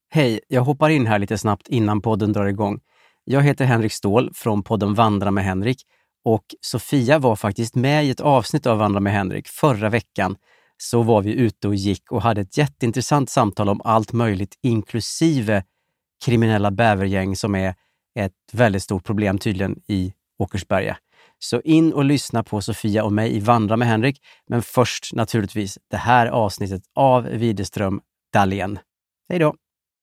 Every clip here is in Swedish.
Hej, jag hoppar in här lite snabbt innan podden drar igång. Jag heter Henrik Ståhl från podden Vandra med Henrik och Sofia var faktiskt med i ett avsnitt av Vandra med Henrik förra veckan. Så var vi ute och gick och hade ett jätteintressant samtal om allt möjligt inklusive kriminella bävergäng som är ett väldigt stort problem tydligen i Åkersberga. Så in och lyssna på Sofia och mig i Vandra med Henrik, men först naturligtvis det här avsnittet av Widerström Dahlén. Hej då!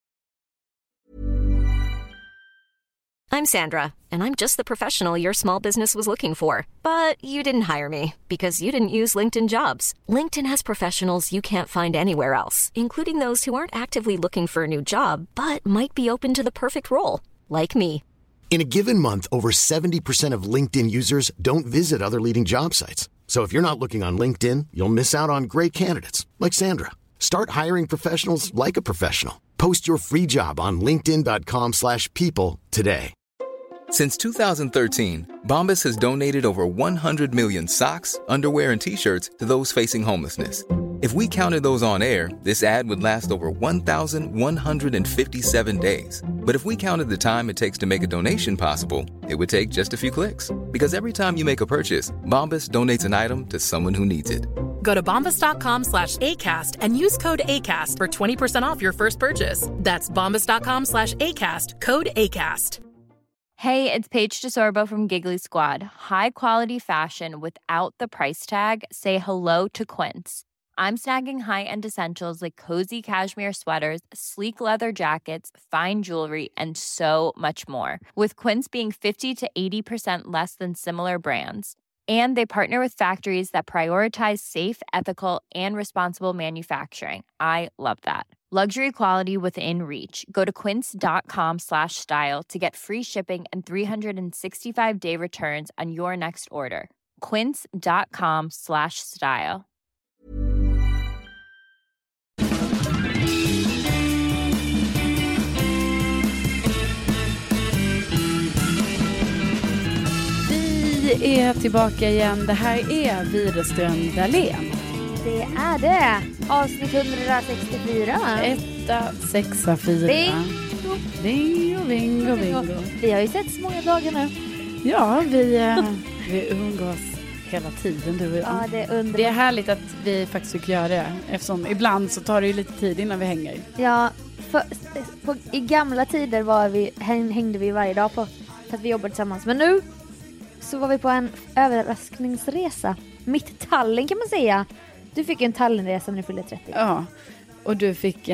I'm Sandra, and I'm just the professional your small business was looking for. But you didn't hire me because you didn't use LinkedIn Jobs. LinkedIn has professionals you can't find anywhere else, including those who aren't actively looking for a new job, but might be open to the perfect role, like me. In a given month, over 70% of LinkedIn users don't visit other leading job sites. So if you're not looking on LinkedIn, you'll miss out on great candidates like Sandra. Start hiring professionals like a professional. Post your free job on linkedin.com/people today. Since 2013, Bombas has donated over 100 million socks, underwear, and T-shirts to those facing homelessness. If we counted those on air, this ad would last over 1,157 days. But if we counted the time it takes to make a donation possible, it would take just a few clicks. Because every time you make a purchase, Bombas donates an item to someone who needs it. Go to bombas.com/ACAST and use code ACAST for 20% off your first purchase. That's bombas.com/ACAST, code ACAST. Hey, it's Paige DeSorbo from Giggly Squad. High quality fashion without the price tag. Say hello to Quince. I'm snagging high-end essentials like cozy cashmere sweaters, sleek leather jackets, fine jewelry, and so much more. With Quince being 50 to 80% less than similar brands. And they partner with factories that prioritize safe, ethical, and responsible manufacturing. I love that. Luxury quality within reach. Go to quince.com/style to get free shipping and 365-day returns on your next order. Quince.com/style. Vi är tillbaka igen. Det här är Widerström Dahlén. Det är det. Avsnitt 164. 1, 6, 4. Bingo, bingo, bingo. Vi har ju sett så många dagar nu. Ja, vi umgås hela tiden, du och jag. Ja, det är underbart. Det är härligt att vi faktiskt fick göra det. Eftersom ibland så tar det ju lite tid innan vi hänger. Ja, i gamla tider hängde vi varje dag på för att vi jobbade tillsammans. Men nu så var vi på en överraskningsresa. Mitt Tallinn kan man säga. Du fick en Tallinnresa när du fyllde 30. Ja, och du fick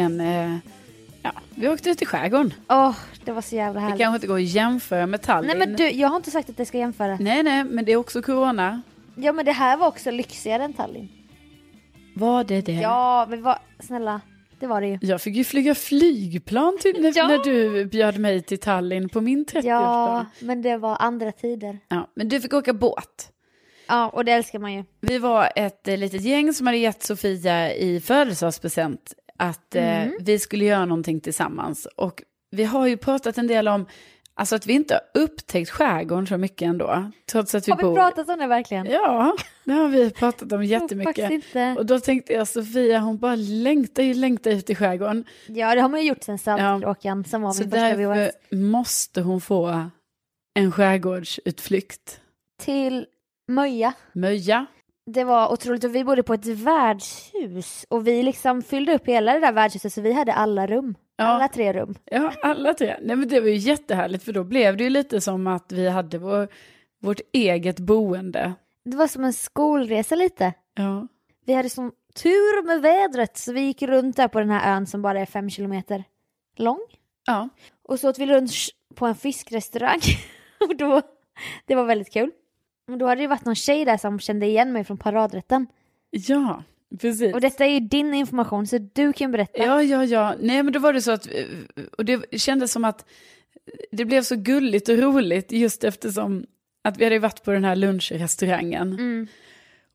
vi åkte ut i skärgården. Det var så jävla härligt. Det kanske inte går att jämföra med Tallinn. Nej, men jag har inte sagt att det ska jämföra. Nej, men det är också corona. Ja, men det här var också lyxigare än Tallinn. Var det? Ja, men snälla, det var det ju. Jag fick ju flyga flygplan när du bjöd mig till Tallinn på min 30-årsdag. Ja, men det var andra tider. Ja, men du fick åka båt. Ja, och det älskar man ju. Vi var ett litet gäng som hade gett Sofia i födelsedagspresent att vi skulle göra någonting tillsammans. Och vi har ju pratat en del om alltså att vi inte har upptäckt skärgården så mycket ändå. Trots att vi har vi pratat om det verkligen? Ja, det har vi pratat om jättemycket. Och då tänkte jag, Sofia, hon bara längtar ut i skärgården. Ja, det har man ju gjort sen Saltråkan som var min första VHS. Så därför måste hon få en skärgårdsutflykt. Till Möja. Det var otroligt, och vi bodde på ett värdshus och vi liksom fyllde upp hela det där värdshuset så vi hade alla rum. Ja. Alla 3 rum. Ja, alla 3. Nej, men det var ju jättehärligt för då blev det ju lite som att vi hade vårt eget boende. Det var som en skolresa lite. Ja. Vi hade som tur med vädret så vi gick runt där på den här ön som bara är 5 kilometer lång. Ja. Och så åt vi lunch på en fiskrestaurang och det var väldigt kul. Och då hade det varit någon tjej där som kände igen mig från paradrätten. Ja, precis. Och detta är ju din information så du kan berätta. Ja. Nej, men då var det så att och det kändes som att det blev så gulligt och roligt just eftersom att vi hade varit på den här lunchrestaurangen.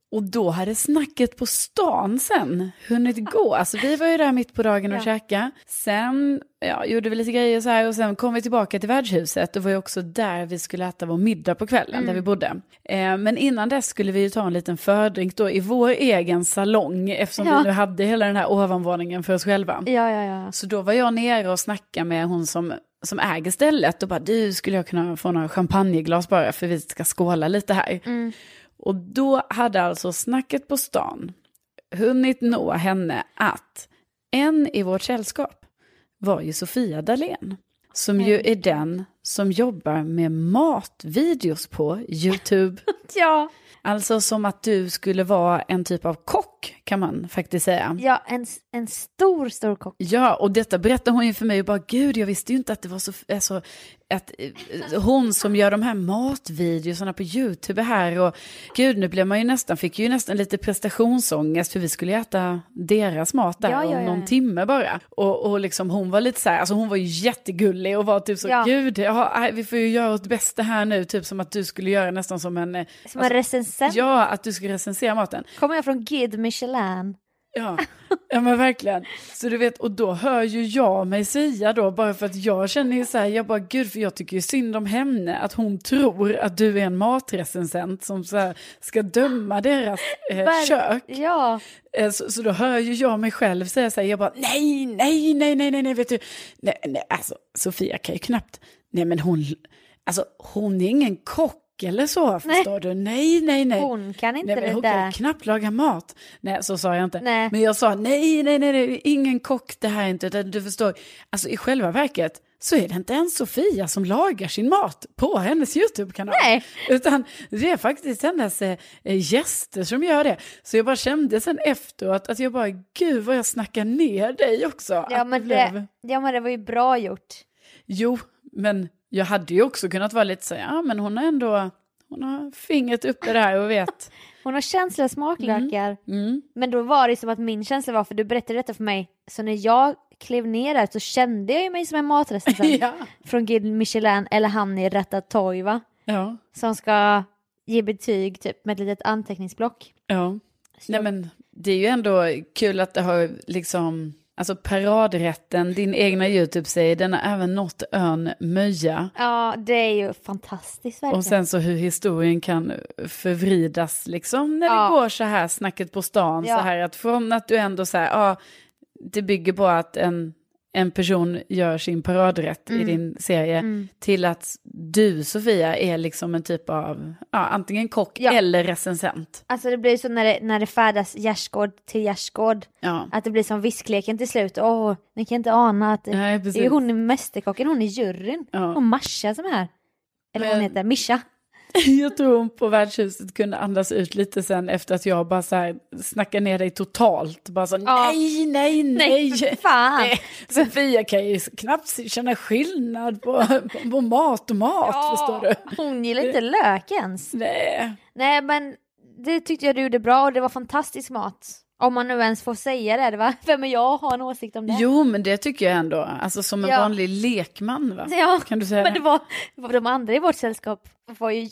Och då hade snacket på stan sen hunnit gå. Alltså vi var ju där mitt på dagen och käka. Sen gjorde vi lite grejer så här och sen kom vi tillbaka till värdshuset. Det var ju också där vi skulle äta vår middag på kvällen där vi bodde. Men innan dess skulle vi ju ta en liten fördrink då i vår egen salong. Eftersom vi nu hade hela den här ovanvåningen för oss själva. Ja. Så då var jag nere och snackade med hon som äger stället. Och bara, du skulle jag kunna få några champagneglas bara för vi ska skåla lite här. Och då hade alltså snacket på stan hunnit nå henne att en i vårt sällskap var ju Sofia Dalén. Som ju är den som jobbar med matvideos på YouTube. Ja. Alltså som att du skulle vara en typ av kock kan man faktiskt säga. Ja, en stor kock. Ja, och detta berättade hon ju för mig och bara, gud jag visste ju inte att det var så att hon som gör de här matvideorna på YouTube här och gud nu blev man ju fick ju nästan lite prestationsångest för vi skulle äta deras mat där om någon timme bara. Och liksom hon var lite så här, alltså hon var ju jättegullig och var typ så, gud vi får ju göra vårt bästa här nu, typ som att du skulle göra nästan som en recensent. Ja, att du skulle recensera maten. Kommer jag från Guide Michelin? Ja men verkligen. Så du vet, och då hör ju jag mig säga då, bara för att jag känner ju så här, jag bara gud, för jag tycker ju synd om henne, att hon tror att du är en matrecensent som så här, ska döma deras kök. Ja. Så då hör ju jag mig själv säga så här, jag bara nej, vet du. Nej, alltså Sofia kan ju knappt, nej men hon är ingen kock. Eller så, förstår du? Nej. Hon kan inte det hon där. Kan knappt laga mat. Nej, så sa jag inte. Nej. Men jag sa, nej, ingen kock det här inte. Du förstår, alltså i själva verket så är det inte ens Sofia som lagar sin mat på hennes YouTube-kanal. Nej. Utan det är faktiskt hennes gäster som gör det. Så jag bara kände sen efteråt att jag bara, gud vad jag snackar ner dig också. Ja, men det var ju bra gjort. Jo, men jag hade ju också kunnat vara lite så, ja men hon har fingret uppe där och vet. Hon har känsliga smaklökar. Men då var det som att min känsla var, för du berättade detta för mig, så när jag klev ner där så kände jag ju mig som en matrecensent från Guide Michelin eller han i Ratatouille, va? Ja. Som ska ge betyg typ med ett litet anteckningsblock. Ja. Nej men det är ju ändå kul att det har liksom, alltså paradrätten, din egna YouTube-serie, den har även nått ön Möja. Ja, det är ju fantastiskt verkligen. Och sen så hur historien kan förvridas liksom när det går så här snacket på stan. Så här att från att du ändå så här, det bygger på att en person gör sin paradrätt i din serie till att du, Sofia, är liksom en typ av antingen kock eller recensent. Alltså det blir så när det färdas gärdsgård till gärdsgård. Ja. Att det blir som viskleken till slut. Ni kan inte ana att det är hon i mästerkocken, hon i juryn. Och Masha som är här. Eller hon heter Mischa. Jag tror hon på värdshuset kunde andas ut lite sen efter att jag bara så här snackade ner dig totalt. Bara så nej. Fan. Nej. Sofia kan ju knappt känna skillnad på mat och mat, förstår du. Hon gillar inte lök ens. Nej, men det tyckte jag du gjorde bra och det var fantastisk mat. Om man nu ens får säga det, va? Vem är jag har en åsikt om det? Jo, men det tycker jag ändå. Alltså som en vanlig lekman, va? Ja, kan du säga? Men det var de andra i vårt sällskap var ju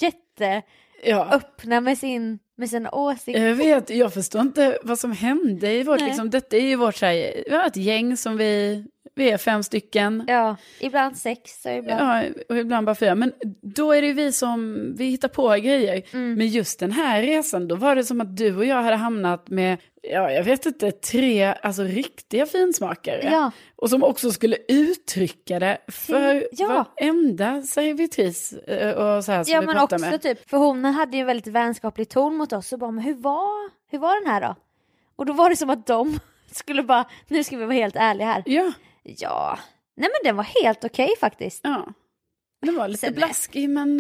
öppna med sin åsikt. Jag vet, jag förstår inte vad som hände i vårt, liksom, detta är ju vårt tjej. Vi har ett gäng som vi är 5 stycken. Ja, ibland 6 och ibland... Ja, och ibland bara 4. Men då är det ju vi hittar på grejer. Men just den här resan, då var det som att du och jag hade hamnat med, jag vet inte, 3 alltså riktiga finsmakare. Ja. Och som också skulle uttrycka det för varenda servitris och så här som vi pratar med. Ja, men också typ, för hon hade ju en väldigt vänskaplig ton mot oss och bara, men hur var den här då? Och då var det som att de skulle bara, nu ska vi vara helt ärliga här. Ja. Nej, men den var helt okej faktiskt. Ja. Den var lite blaskig, men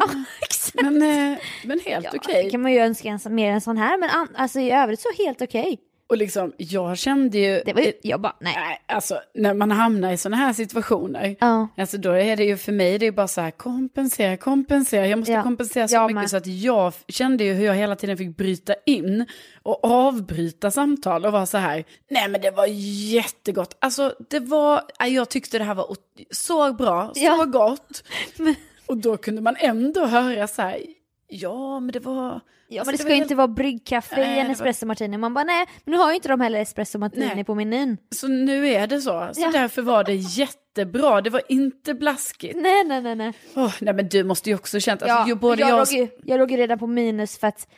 helt okej. Det kan man ju önska mer än sån här, men alltså i övrigt så helt okej. Och liksom, jag kände ju... Det var ju, jag bara, nej. Alltså, när man hamnar i såna här situationer, alltså då är det ju för mig, det är bara så här, kompensera. Jag måste kompensera så mycket så att jag kände ju hur jag hela tiden fick bryta in och avbryta samtal och vara så här, nej men det var jättegott. Alltså, jag tyckte det här var så bra, så gott. Och då kunde man ändå höra så här, Ja, men det var... Ja, alltså, men det ska ju inte vara bryggkaffe i en espresso martini. Man bara, nej, men nu har ju inte de heller espresso martini på menyn. Så nu är det så. Så därför var det jättebra. Det var inte blaskigt. Nej. Nej, men du måste ju också känt... Ja, Alltså, jag låg ju redan på minus för att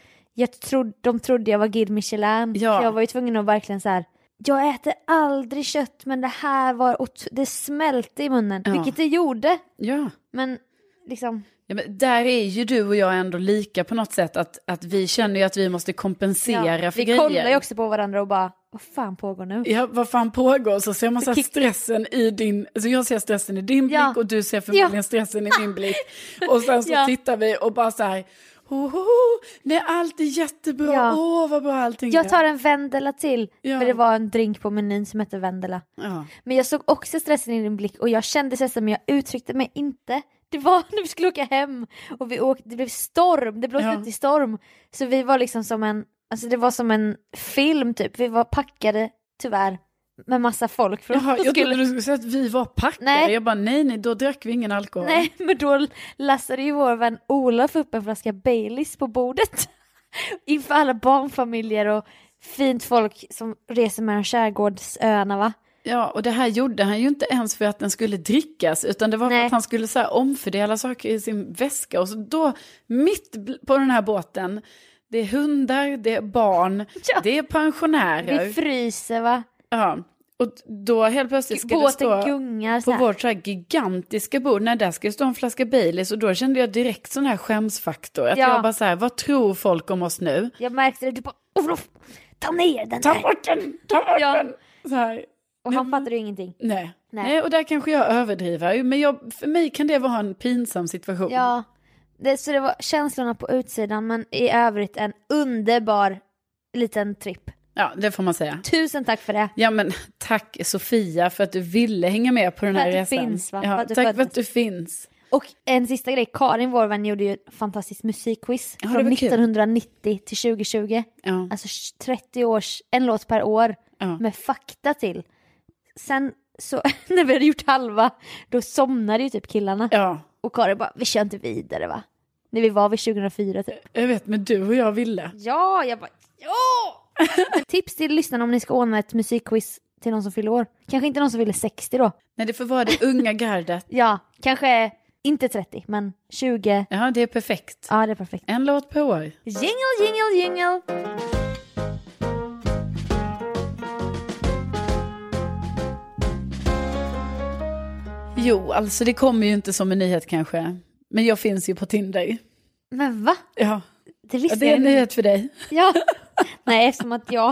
de trodde jag var Guide Michelin. Ja. Så jag var ju tvungen att verkligen så här. Jag äter aldrig kött, men det här var... det smälte i munnen, vilket det gjorde. Ja. Men liksom... Ja, men där är ju du och jag ändå lika på något sätt. Att vi känner ju att vi måste kompensera för grejer. Vi kollar ju också på varandra och bara, vad fan pågår nu? Ja, vad fan pågår? Så ser man så här stressen i din... Alltså jag ser stressen i din blick och du ser förmodligen stressen i min blick. Och sen så tittar vi och bara så här... Nej, allt är jättebra. Vad bra allting är. Jag tar en Vendela till. För det var en drink på menyn som hette Vendela. Men jag såg också stressen i din blick. Och jag kände stressen, men jag uttryckte mig inte. Det var när vi skulle åka hem. Och det blev storm. Det blåste ut i storm. Så vi var liksom som en... Alltså det var som en film typ. Vi var packade, tyvärr, med massa folk. Jag trodde du skulle säga att vi var packade. Nej. Jag bara, nej, då drack vi ingen alkohol. Nej, men då lastade ju vår vän Olof upp en flaska Baileys på bordet. Inför alla barnfamiljer och fint folk som reser med de skärgårdsöarna, va? Ja, och det här gjorde han ju inte ens för att den skulle drickas, utan det var för att han skulle så här omfördela saker i sin väska. Och så då, mitt på den här båten, det är hundar, det är barn, det är pensionärer. Vi fryser, va? Ja, och då helt plötsligt ska det stå gungar, på vårt så här gigantiska bord. Nej, där ska det stå en flaska Baileys. Och då kände jag direkt sån här skämsfaktor. Att jag bara så här, vad tror folk om oss nu? Jag märkte det, du bara, Olof, ta ner den. Ta bort den. Så här. Och han fattade ju ingenting. Nej, och där kanske jag överdriver. Men för mig kan det vara en pinsam situation. Ja, så det var känslorna på utsidan, men i övrigt en underbar liten tripp. Ja, det får man säga. Tusen tack för det. Ja, men tack Sofia för att du ville hänga med på den här resan. Finns, va? Ja, tack för att du finns. Och en sista grej, Karin, vår vän, gjorde ju ett fantastiskt musikquiz från 1990 till 2020. Ja. Alltså 30 års, en låt per år med fakta till. Sen så, när vi hade gjort halva, då somnade ju typ killarna. Ja. Och Karin bara, vi kör inte vidare, va? När vi var vid 2004 typ. Jag vet, men du och jag ville. Ja, jag bara, tips till lyssnarna om ni ska ordna ett musikquiz till någon som fyller år. Kanske inte någon som fyller 60 då. Nej, det får vara det unga gardet. Ja, kanske inte 30, men 20. Ja, det är perfekt. Ja, det är perfekt. En låt per år. Jingle, jingle, jingle. Jo, alltså det kommer ju inte som en nyhet kanske. Men jag finns ju på Tinder. Men va? Ja. Det visste det är en nyhet för dig. Ja. Nej, eftersom att jag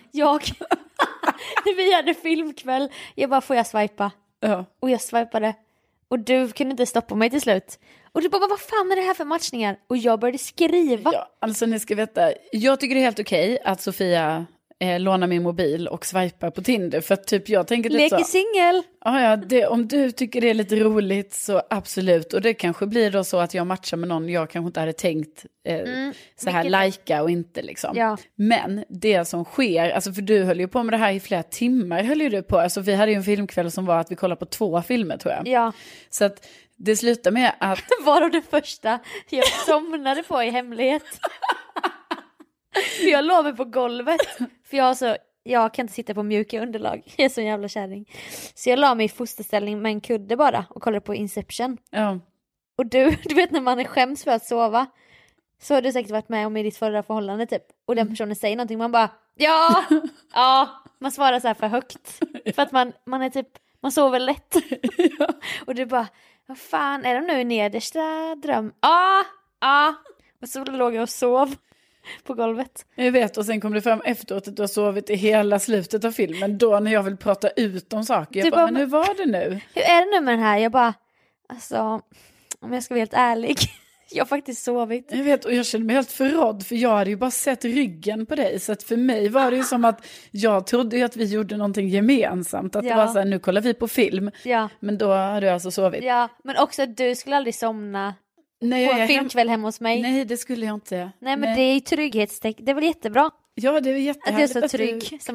när vi hade filmkväll, jag bara, får jag swipa? Ja. Och jag swipade. Och du kunde inte stoppa mig till slut. Och du bara, vad fan är det här för matchningar? Och jag började skriva. Ja, alltså ni ska veta, jag tycker det är helt okej att Sofia lånar min mobil och swipar på Tinder. För typ jag tänker lite så. Leker singel. Ja, om du tycker det är lite roligt så absolut. Och det kanske blir då så att jag matchar med någon jag kanske inte hade tänkt så här lajka och inte liksom. Ja. Men det som sker, alltså för du höll ju på med det här i flera timmar höll ju du på. Alltså vi hade ju en filmkväll som var att vi kollade på 2 filmer tror jag. Ja. Så att det slutar med att... Var det första jag somnade på i hemlighet. För jag låg mig på golvet. För jag kan inte sitta på mjuka underlag. Jag är så jävla kärring. Så jag la mig i fosterställning med en kudde bara. Och kollade på Inception. Ja. Och du vet när man är skäms för att sova. Så har du säkert varit med om i ditt förra förhållande typ. Och den personen säger någonting. Man bara, ja. Man svarar så här för högt. För att man är typ, man sover lätt. Ja. Och du bara, vad fan är de nu i nedersta dröm? Och så låg jag och sov på golvet. Jag vet, och sen kom det fram efteråt att du har sovit i hela slutet av filmen. Då när jag vill prata ut om saker. Jag bara, men hur var det nu? Hur är det nu med den här? Jag bara, alltså, om jag ska vara helt ärlig. Jag har faktiskt sovit. Jag vet, och jag kände mig helt förrådd. För jag hade ju bara sett ryggen på dig. Så att för mig var det ju som att jag trodde ju att vi gjorde någonting gemensamt. Att det var så här, nu kollar vi på film. Ja. Men då hade jag alltså sovit. Ja, men också att du skulle aldrig somna. Nej, på en filmkväll hemma hos mig. Nej, det skulle jag inte. Nej, men det är ju trygghetstecken. Det är väl jättebra. Ja, det är jättehärligt. Att jag är så trygg som en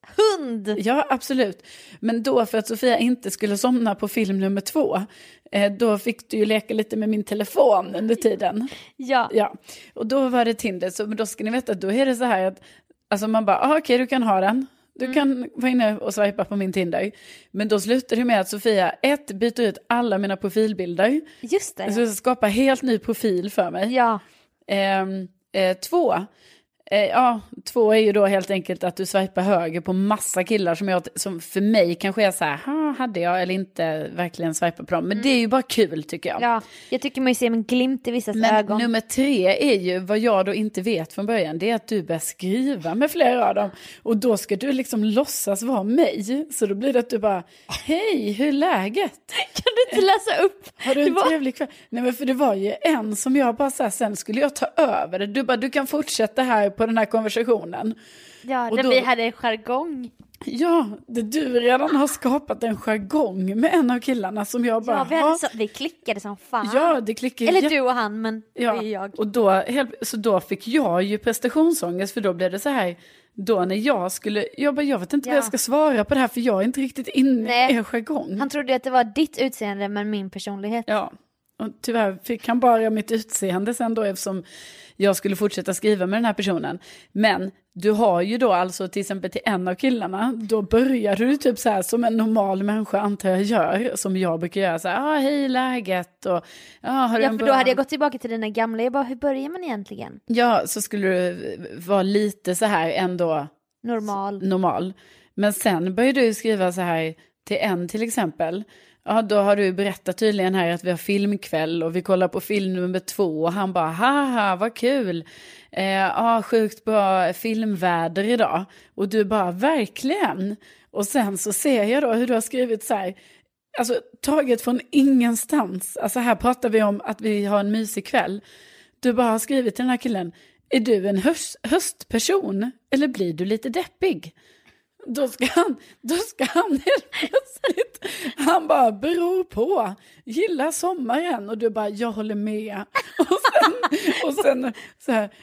hund. Ja, absolut. Men då för att Sofia inte skulle somna på film nummer 2, då fick du ju leka lite med min telefon under tiden. Ja. Och då var det Tinder. Så då ska ni veta att då är det så här att alltså man bara, okej, du kan ha den. Du kan vara inne och swipa på min Tinder. Men då slutar det med att Sofia, 1, byter ut alla mina profilbilder. Just det. Alltså skapa helt ny profil för mig. Ja. 2. 2 är ju då helt enkelt att du swipar höger på massa killar som för mig kanske är så här, hade jag eller inte verkligen swipat på dem. Men det är ju bara kul tycker jag. Ja, jag tycker man ju ser en glimt i vissa ögon. Men nummer 3 är ju vad jag då inte vet från början. Det är att du börjar skriva med flera av dem. Och då ska du liksom låtsas vara mig. Så då blir det att du bara, hej, hur är läget? Kan du inte läsa upp? Har du en trevlig kväll? Nej, men för det var ju en som jag bara så här, sen skulle jag ta över det. Du bara, du kan fortsätta här på den här konversationen. Ja, och där då, vi hade en jargong. Ja, du redan har skapat en jargong med en av killarna som jag bara... Ja, vi klickade som fan. Ja, det klickade. Eller du och han, men ja, det är jag. Och då fick jag ju prestationsångest, för då blev det så här... Då när jag vet inte vad jag ska svara på det här, för jag är inte riktigt inne i jargong. Han trodde att det var ditt utseende men min personlighet. Ja, och tyvärr fick han bara mitt utseende sen då, eftersom jag skulle fortsätta skriva med den här personen. Men du har ju då alltså till exempel till en av killarna, då börjar du typ så här som en normal människa antar jag gör, som jag brukar göra så här, hej läget och har du en för då hade jag gått tillbaka till dina gamla, jag bara, hur börjar man egentligen? Ja, så skulle du vara lite så här ändå normal. Men sen börjar du skriva så här till en till exempel. Ja, då har du berättat tydligen här att vi har filmkväll och vi kollar på film nummer 2 och han bara, haha, vad kul. Sjukt bra filmväder idag. Och du bara, verkligen. Och sen så ser jag då hur du har skrivit så här, alltså taget från ingenstans. Alltså här pratar vi om att vi har en mysig kväll. Du bara har skrivit till den här killen, är du en höstperson eller blir du lite deppig? Då ska han helt plötsligt, han bara, beror på, gilla sommaren, och du bara, jag håller med. Och sen så här,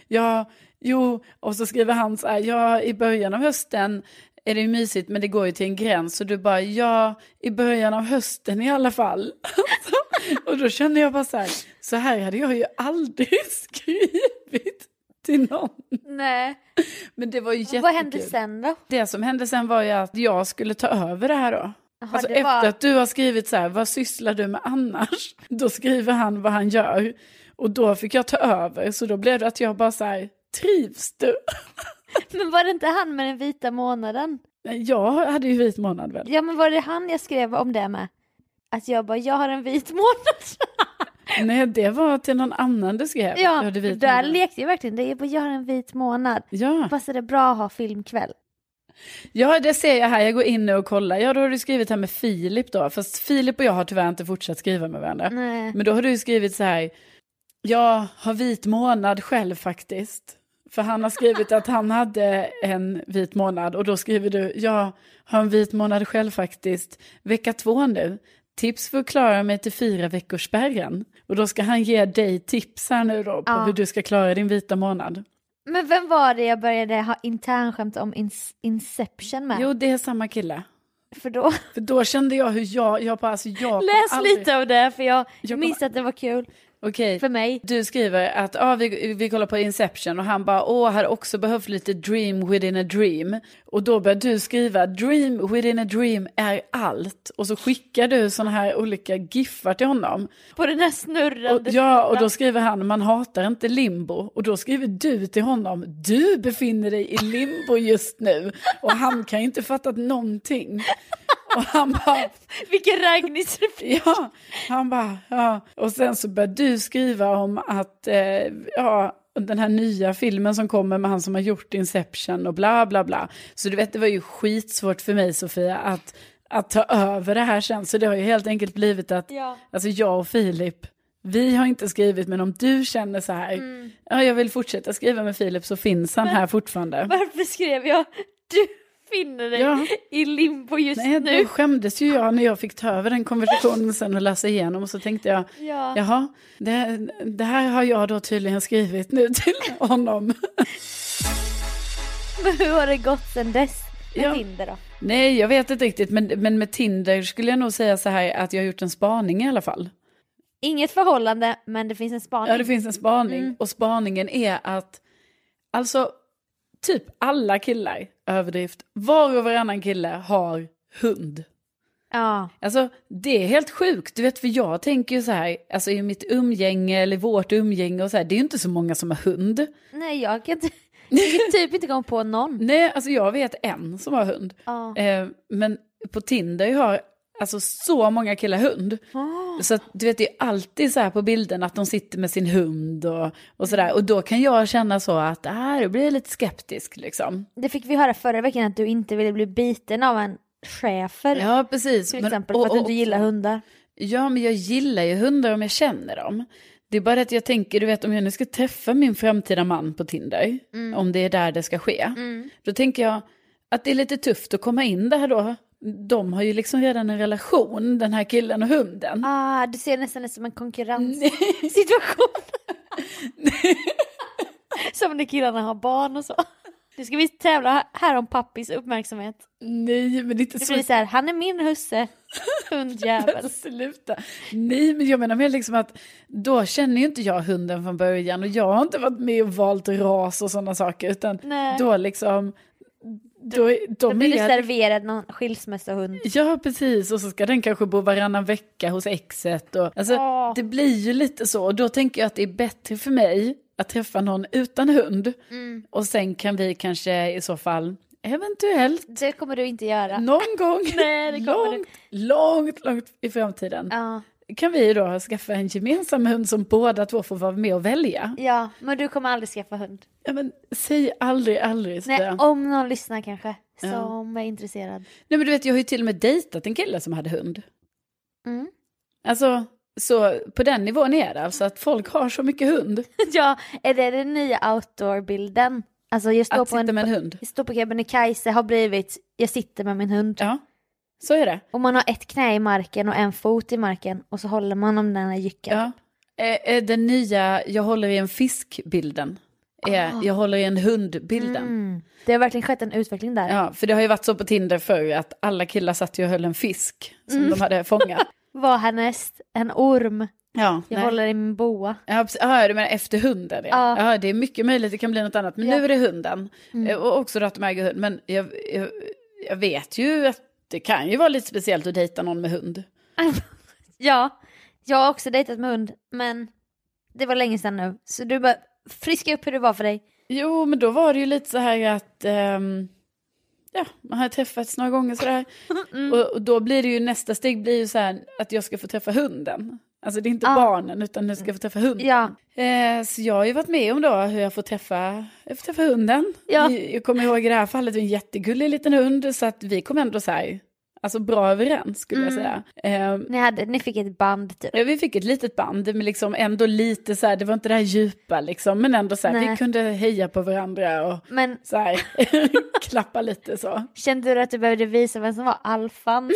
och så skriver han så här, i början av hösten är det ju mysigt, men det går ju till en gräns, och du bara, i början av hösten i alla fall. Och då känner jag bara så här hade jag ju aldrig skrivit till någon. Nej. Men det var ju jättekul. Vad hände sen då? Det som hände sen var ju att jag skulle ta över det här då. Aha, alltså efter att du har skrivit så här, vad sysslar du med annars? Då skriver han vad han gör. Och då fick jag ta över. Så då blev det att jag bara så här, trivs du? Men var det inte han med den vita månaden? Jag hade ju vit månad väl? Ja, men var det han jag skrev om det med? Att jag bara, jag har en vit månad. Nej, det var till någon annan du skrev. Ja, där lekte jag verkligen. Det är bara, jag har en vit månad. Ja. Passar det bra att ha filmkväll? Ja, det ser jag här. Jag går in nu och kollar. Ja, då har du skrivit här med Filip då. Fast Filip och jag har tyvärr inte fortsatt skriva med varandra. Nej. Men då har du skrivit så här, jag har vit månad själv faktiskt. För han har skrivit att han hade en vit månad. Och då skriver du, jag har en vit månad själv faktiskt. Vecka 2 nu. Tips för att klara mig till 4 veckors spärren. Och då ska han ge dig tips här nu då på hur du ska klara din vita månad. Men vem var det jag började ha internskämt om Inception med? Jo, det är samma kille. För då kände jag hur jag bara, alltså jag läs lite av det, för jag minns att det var kul. Okej, för mig. Du skriver att vi kollar på Inception och han bara, hade också behövt lite dream within a dream. Och då börjar du skriva, dream within a dream är allt. Och så skickar du såna här olika giffar till honom. På den här snurrande. Och då skriver han, man hatar inte limbo. Och då skriver du till honom, du befinner dig i limbo just nu. Och han kan ju inte fatta någonting. Och han bara, vilken Ragnis-replik. Ja, han bara, ja. Och sen så började du skriva om att, den här nya filmen som kommer med han som har gjort Inception och bla bla bla. Så du vet, det var ju skitsvårt för mig, Sofia, att ta över det här sen. Så det har ju helt enkelt blivit att, alltså jag och Filip, vi har inte skrivit, men om du känner så här, jag vill fortsätta skriva med Filip, så finns han här fortfarande. Varför skrev jag, du finner dig i limbo just nu? Då skämdes ju jag när jag fick ta över den konversationen sen och läsa igenom, och så tänkte jag, jaha, det här har jag då tydligen skrivit nu till honom. Men hur har det gått sen dess? Med Tinder då? Nej, jag vet inte riktigt. Men med Tinder skulle jag nog säga så här att jag har gjort en spaning i alla fall. Inget förhållande, men det finns en spaning. Ja, det finns en spaning. Och spaningen är att alltså typ alla killar, överdrift, var och varannan kille har hund. Ja. Alltså det är helt sjukt, du vet, för jag tänker ju så här, alltså i mitt umgänge eller vårt umgänge och så här, det är ju inte så många som har hund. Nej, jag kan typ inte komma på någon. Nej, alltså jag vet en som har hund. Ja. Men på Tinder har alltså så många killar hund. Så att, du vet, det är alltid så här på bilden att de sitter med sin hund och sådär. Och då kan jag känna så att då blir jag lite skeptisk liksom. Det fick vi höra förra veckan att du inte ville bli biten av en schäfer. Ja, precis. Till exempel, för att du inte gillar hundar. Ja, men jag gillar ju hundar om jag känner dem. Det är bara att jag tänker, du vet, om jag nu ska träffa min framtida man på Tinder, om det är där det ska ske, då tänker jag att det är lite tufft att komma in där då. De har ju liksom redan en relation, den här killen och hunden. Du ser nästan det som en konkurrenssituation. Som när killarna har barn och så. Nu ska vi tävla här om pappis uppmärksamhet. Nej, men inte det så. Blir så här, han är min husse, hundjävel. Sluta. Nej, men jag menar mer liksom att då känner ju inte jag hunden från början. Och jag har inte varit med och valt ras och sådana saker. Utan då liksom... Då blir det serverad någon skilsmässohund. Ja, precis. Och så ska den kanske bo varannan vecka hos exet. Och, alltså, det blir ju lite så. Och då tänker jag att det är bättre för mig att träffa någon utan hund. Och sen kan vi kanske i så fall eventuellt... Det kommer du inte göra. Någon gång. Nej, det kommer långt i framtiden. Ja. Kan vi då skaffa en gemensam hund som båda två får vara med och välja. Ja, men du kommer aldrig skaffa hund. Ja, men säg aldrig. Nej, om någon lyssnar kanske som är intresserad. Nej, men du vet, jag har ju till och med dejtat en kille som hade hund. Alltså, så på den nivån är det alltså att folk har så mycket hund. Ja, är det den nya outdoor-bilden? Alltså jag står att sitta med en hund. Jag står på Kebnekaise har blivit, jag sitter med min hund. Ja. Så är det. Och man har ett knä i marken och en fot i marken. Och så håller man om den här jycken. Ja. Den nya, jag håller i en fiskbilden. Jag håller i en hundbilden. Det har verkligen skett en utveckling där. Ja, för det har ju varit så på Tinder förr att alla killar satt ju och höll en fisk som de hade fångat. Vad härnäst? En orm. Ja, jag håller i min boa. Ja, du menar efter hunden. Ja, det är mycket möjligt, det kan bli något annat. Men nu är det hunden. Och också att de äger hund. Men jag vet ju att det kan ju vara lite speciellt att dejta någon med hund. Ja, jag har också dejtat med hund. Men det var länge sedan nu. Så du bara friska upp hur det var för dig. Jo, men då var det ju lite så här att... man har träffats några gånger sådär. Och då blir det ju, nästa steg blir ju så här att jag ska få träffa hunden. Alltså det är inte barnen utan nu ska jag få träffa hunden. Ja. Så jag har ju varit med om då hur jag får träffa hunden. Ja. Jag kommer ihåg i det här fallet en jättegullig liten hund så att vi kom ändå så här, alltså bra överens skulle jag säga. Ni fick ett band typ. Ja, vi fick ett litet band men liksom ändå lite så här, det var inte det här djupa liksom, men ändå så här, vi kunde heja på varandra och så här, klappa lite så. Kände du att du behövde visa vem som var alfan?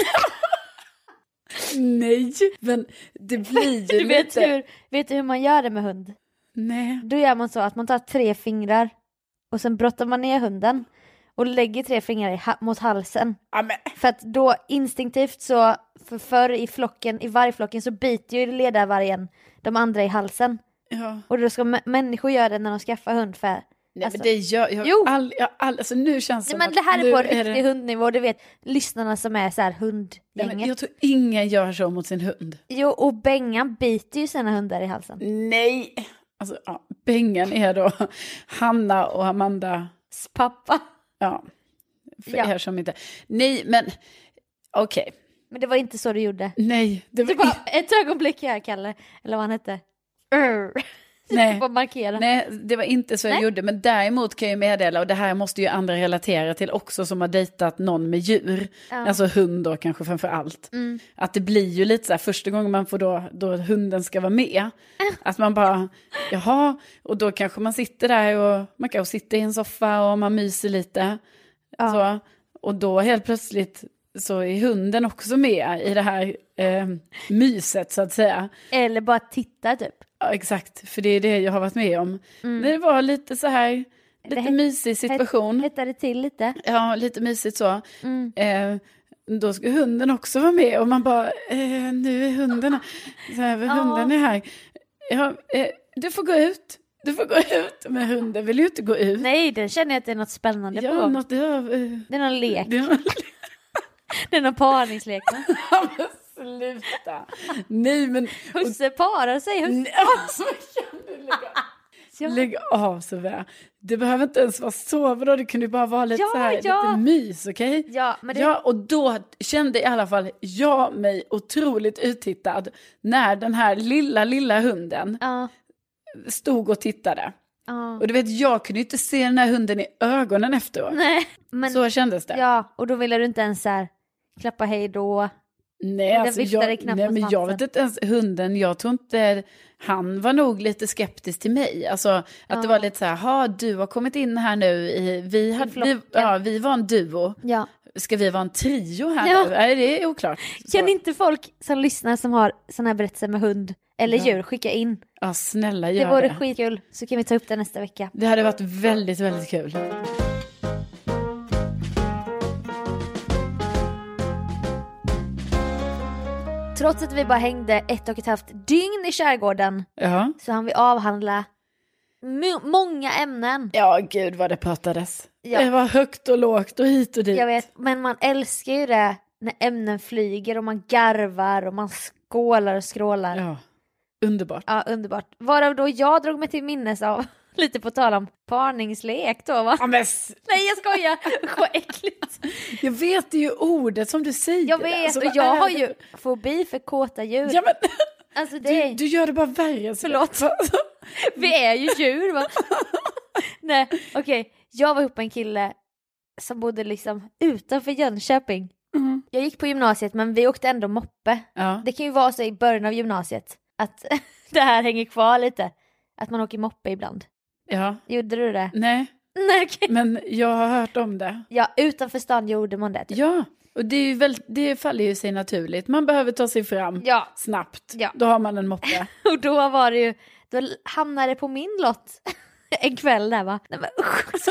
Nej, men det blir ju lite... Vet du hur man gör det med hund? Nej. Då gör man så att man tar 3 fingrar och sen brottar man ner hunden och lägger 3 fingrar mot halsen. Amen. För att då instinktivt så, förr i vargflocken så biter ju ledarvargen de andra i halsen. Ja. Och då ska människor göra det när de skaffar hund för... Nej, alltså, men det gör jag alltså nu känns det som men att det här är på riktig det... hundnivå, du vet lyssnarna som är så här hundgänget. Nej, jag tror ingen gör så mot sin hund. Jo, och Bengan biter ju sina hundar i halsen. Nej, alltså Bengan är då Hanna och Amandas pappa. Ja, för er som inte... Nej, men okej. Men det var inte så du gjorde. Nej. Det var ett ögonblick här, Kalle. Eller vad han hette. Nej. Markera. Nej, det var inte så jag gjorde. Men däremot kan jag meddela, och det här måste ju andra relatera till också som har dejtat någon med djur. Ja. Alltså hund då kanske framför allt. Att det blir ju lite så här, första gången man får då hunden ska vara med. Att man bara, jaha, och då kanske man sitter där och man kanske sitter i en soffa och man myser lite. Ja. Så, och då helt plötsligt så är hunden också med i det här myset så att säga. Eller bara titta typ. Ja, exakt, för det är det jag har varit med om. Det var lite så här, lite mysig situation. Hettar det till lite? Ja, lite mysigt så. Då ska hunden också vara med. Och man bara, nu är hunden hunden är här. Ja, du får gå ut. Men hunden vill ju inte gå ut. Nej, den känner jag att det är något spännande på. Det är någon lek. Det är någon parningslek. Ja, men sluta. Nej, men... Husse parar sig. Lägg av så väl. Det behöver inte ens vara så bra. Det kunde ju bara vara lite så här, lite mys, okej? Okay? Ja, men ja, och då kände i alla fall jag mig otroligt uttittad när den här lilla hunden stod och tittade. Och du vet, jag kunde inte se den här hunden i ögonen efteråt. Nej, men, så kändes det. Ja, och då ville du inte ens så här klappa hej då. Nej, alltså jag vet inte ens hunden, jag tror inte, han var nog lite skeptisk till mig. Alltså att det var lite så här, du har kommit in här nu, vi var en duo. Ja. Ska vi vara en trio här nu? Nej, det är oklart. Kan inte folk som lyssnar som har sån här berättelser med hund eller djur skicka in? Ja, snälla gör det. Det vore skitkul, så kan vi ta upp det nästa vecka. Det hade varit väldigt, väldigt kul. Trots att vi bara hängde 1,5 dygn i skärgården så hann vi avhandla många ämnen. Ja, gud vad det pratades. Ja. Det var högt och lågt och hit och dit. Jag vet, men man älskar ju det när ämnen flyger och man garvar och man skålar och skrålar. Ja, underbart. Ja, underbart. Varav då jag drog mig till minnes av, lite på tal om parningslek då, va? Ja, nej, jag skojar. Vad äckligt. Jag vet, det är ju ordet som du säger. Jag vet, alltså, och jag har ju fobi för kåta djur. Ja, men alltså, det du gör det bara värre. Förlåt. Vi är ju djur, va? Nej, okej. Jag var ihop med en kille som bodde liksom utanför Jönköping. Jag gick på gymnasiet, men vi åkte ändå moppe. Ja. Det kan ju vara så i början av gymnasiet att det här hänger kvar lite. Att man åker moppe ibland. Ja. Gjorde du det? Nej, okay. Men jag har hört om det. Ja, utanför stan gjorde man det. Typ. Ja, och det, är ju det faller ju sig naturligt. Man behöver ta sig fram snabbt. Ja. Då har man en moppe. Och då var det ju, då hamnade det på min lott en kväll där, va? Nej, men usch.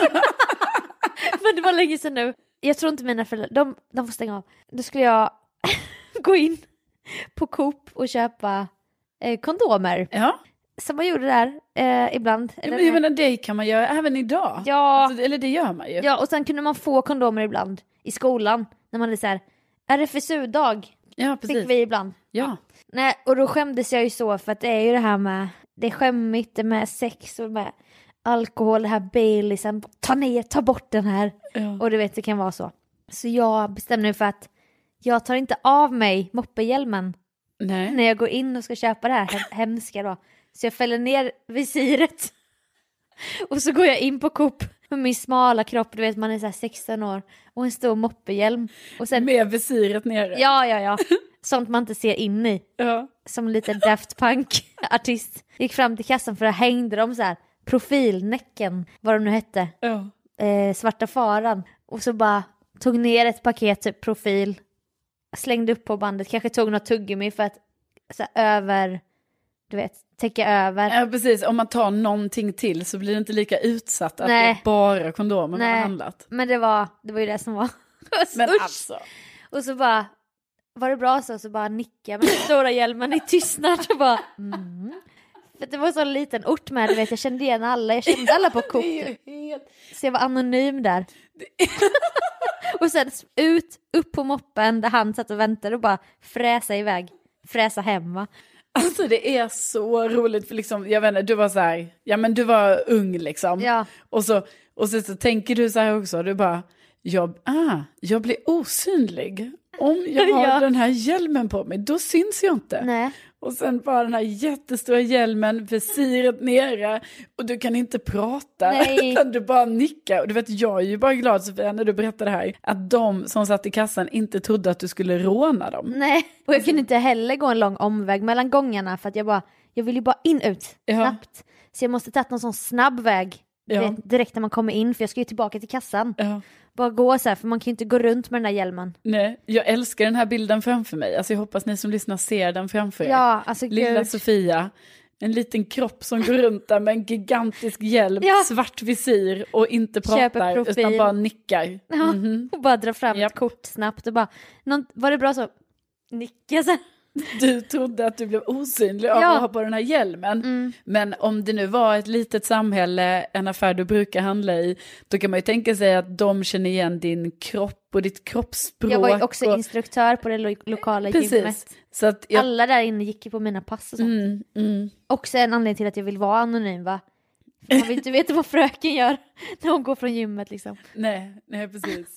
Men det var länge sedan nu. Jag tror inte mina föräldrar, de får stänga av. Då skulle jag gå in på Coop och köpa kondomer. Ja. Som man gjorde där ibland. Ja, men jag menar, det kan man göra även idag. Ja. Alltså, eller det gör man ju. Ja, och sen kunde man få kondomer ibland i skolan. När man är så här, RFSU-dag. Ja, precis. Fick vi ibland. Ja. Nej, och då skämdes jag ju så, för att det är ju det här med, det är skämmigt, det med sex och med alkohol, det här Baileysen, ta bort den här. Ja. Och du vet, det kan vara så. Så jag bestämde mig för att jag tar inte av mig moppehjälmen. Nej. När jag går in och ska köpa det här hemska då. Så jag fäller ner visiret. Och så går jag in på Coop med min smala kropp. Du vet, man är så här 16 år. Och en stor moppehjälm. Och sen, med visiret nere. Ja. Sånt man inte ser in i. Ja. Som en liten Daft Punk-artist. Gick fram till kassan, för att hängde de så här profilnäcken, vad de nu hette. Ja. Svarta faran. Och så bara tog ner ett paket typ profil. Slängde upp på bandet. Kanske tog något tuggummi för att så här, över, du vet, täcka över. Ja, precis. Om man tar någonting till så blir det inte lika utsatt att det är bara kondomer man har handlat. Men det var ju det som var. Men alltså. Och så bara, var det bra så bara nickade med den stora hjälmen i tystnad och bara För det var så en liten ort med, du vet, jag kände igen alla. Jag kände alla på Coop. Så jag var anonym där. Och sen upp på moppen där han satt och väntade och bara fräsa hem, va? Alltså det är så roligt, för liksom, jag vet inte, du var så här, ja men du var ung liksom. Ja. Och så tänker du så här också, du bara, jag blir osynlig. Om jag har den här hjälmen på mig, då syns jag inte. Nej. Och sen bara den här jättestora hjälmen, visiret nere, och du kan inte prata. Nej. Utan du bara nickar. Och du vet, jag är ju bara glad, Sofia, när du berättade det här, att de som satt i kassan inte trodde att du skulle råna dem. Nej, och jag kunde inte heller gå en lång omväg mellan gångarna, för att jag vill ju bara ut snabbt. Så jag måste ta någon sån snabb väg direkt när man kommer in, för jag ska ju tillbaka till kassan. Ja. Bara gå så här, för man kan ju inte gå runt med den där hjälmen. Nej, jag älskar den här bilden framför mig. Alltså jag hoppas ni som lyssnar ser den framför er. Ja, alltså lilla gud. Sofia En liten kropp som går runt där med en gigantisk hjälm, svart visir och inte pratar utan bara nickar. Ja, och bara drar fram ett kort snabbt och bara, var det bra så? Nicka sen. Du trodde att du blev osynlig av att ha på den här hjälmen. Men om det nu var ett litet samhälle, en affär du brukar handla i, då kan man ju tänka sig att de känner igen din kropp och ditt kroppsspråk. Jag var ju också instruktör på det lokala gymmet. Så att alla där inne gick ju på mina pass och sånt. Också en anledning till att jag vill vara anonym, va? För man vill inte veta vad fröken gör när hon går från gymmet liksom. Nej, precis.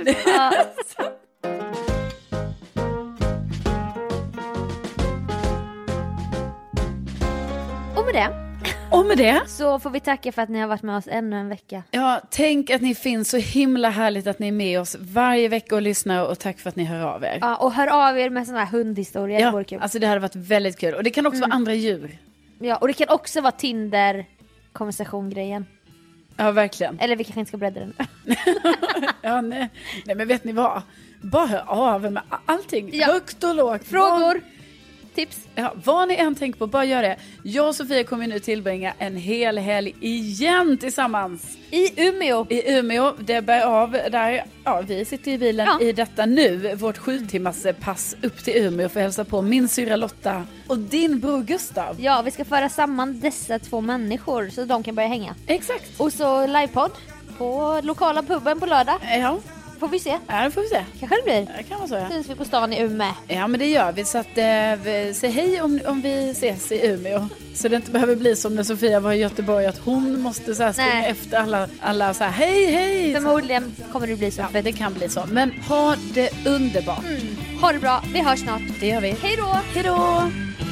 Och med det så får vi tacka för att ni har varit med oss ännu en vecka. Ja, tänk att ni finns, så himla härligt att ni är med oss varje vecka och lyssnar, och tack för att ni hör av er. Ja, och hör av er med sådana här hundhistorier. Ja, alltså det hade varit väldigt kul. Och det kan också vara andra djur. Ja, och det kan också vara Tinder-konversation-grejen. Ja, verkligen. Eller vi kanske inte ska bredda den. Ja, nej, men vet ni vad? Bara hör av er med allting. Högt och lågt. Frågor. Tips. Ja, vad ni än tänker på, bara gör det. Jag och Sofia kommer nu tillbringa en hel helg igen tillsammans. I Umeå. Det bär av där. Ja, vi sitter i bilen i detta nu. Vårt 7-timmars pass upp till Umeå för att hälsa på min syra Lotta och din bror Gustav. Ja, vi ska föra samman dessa 2 människor så de kan börja hänga. Exakt. Och så livepodd på lokala puben på lördag. Ja. Får vi se. Ja, det får vi se. Kanske det blir. Det kan vara så, ja. Syns vi på stan i Umeå. Ja, men det gör vi. Så att, säg hej om vi ses i Umeå. Så det inte behöver bli som när Sofia var i Göteborg, att hon måste så här springa efter alla så här, hej. Förmodligen kommer det bli så. Ja, det kan bli så. Men ha det underbart. Ha det bra. Vi hörs snart. Det gör vi. Hej då. Hej då.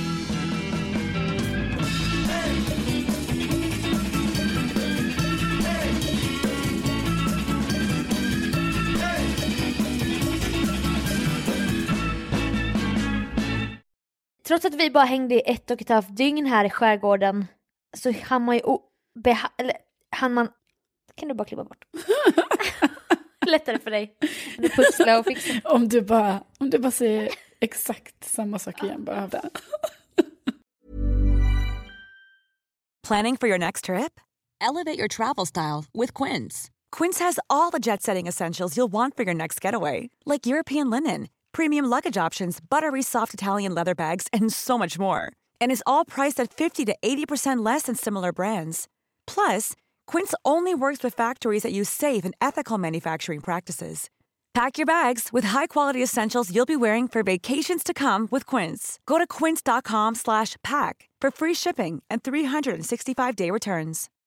Trots att vi bara hängde i 1,5 dygn här i skärgården så hann man ju kan du bara klippa bort? Lättare för dig. Du pussla och fixa. Om du bara säger exakt samma sak igen bara. Planning for your next trip? Elevate your travel style with Quince. Quince has all the jet-setting essentials you'll want for your next getaway, like European linen, premium luggage options, buttery soft Italian leather bags, and so much more. And is all priced at 50 to 80% less than similar brands. Plus, Quince only works with factories that use safe and ethical manufacturing practices. Pack your bags with high-quality essentials you'll be wearing for vacations to come with Quince. Go to quince.com/pack for free shipping and 365-day returns.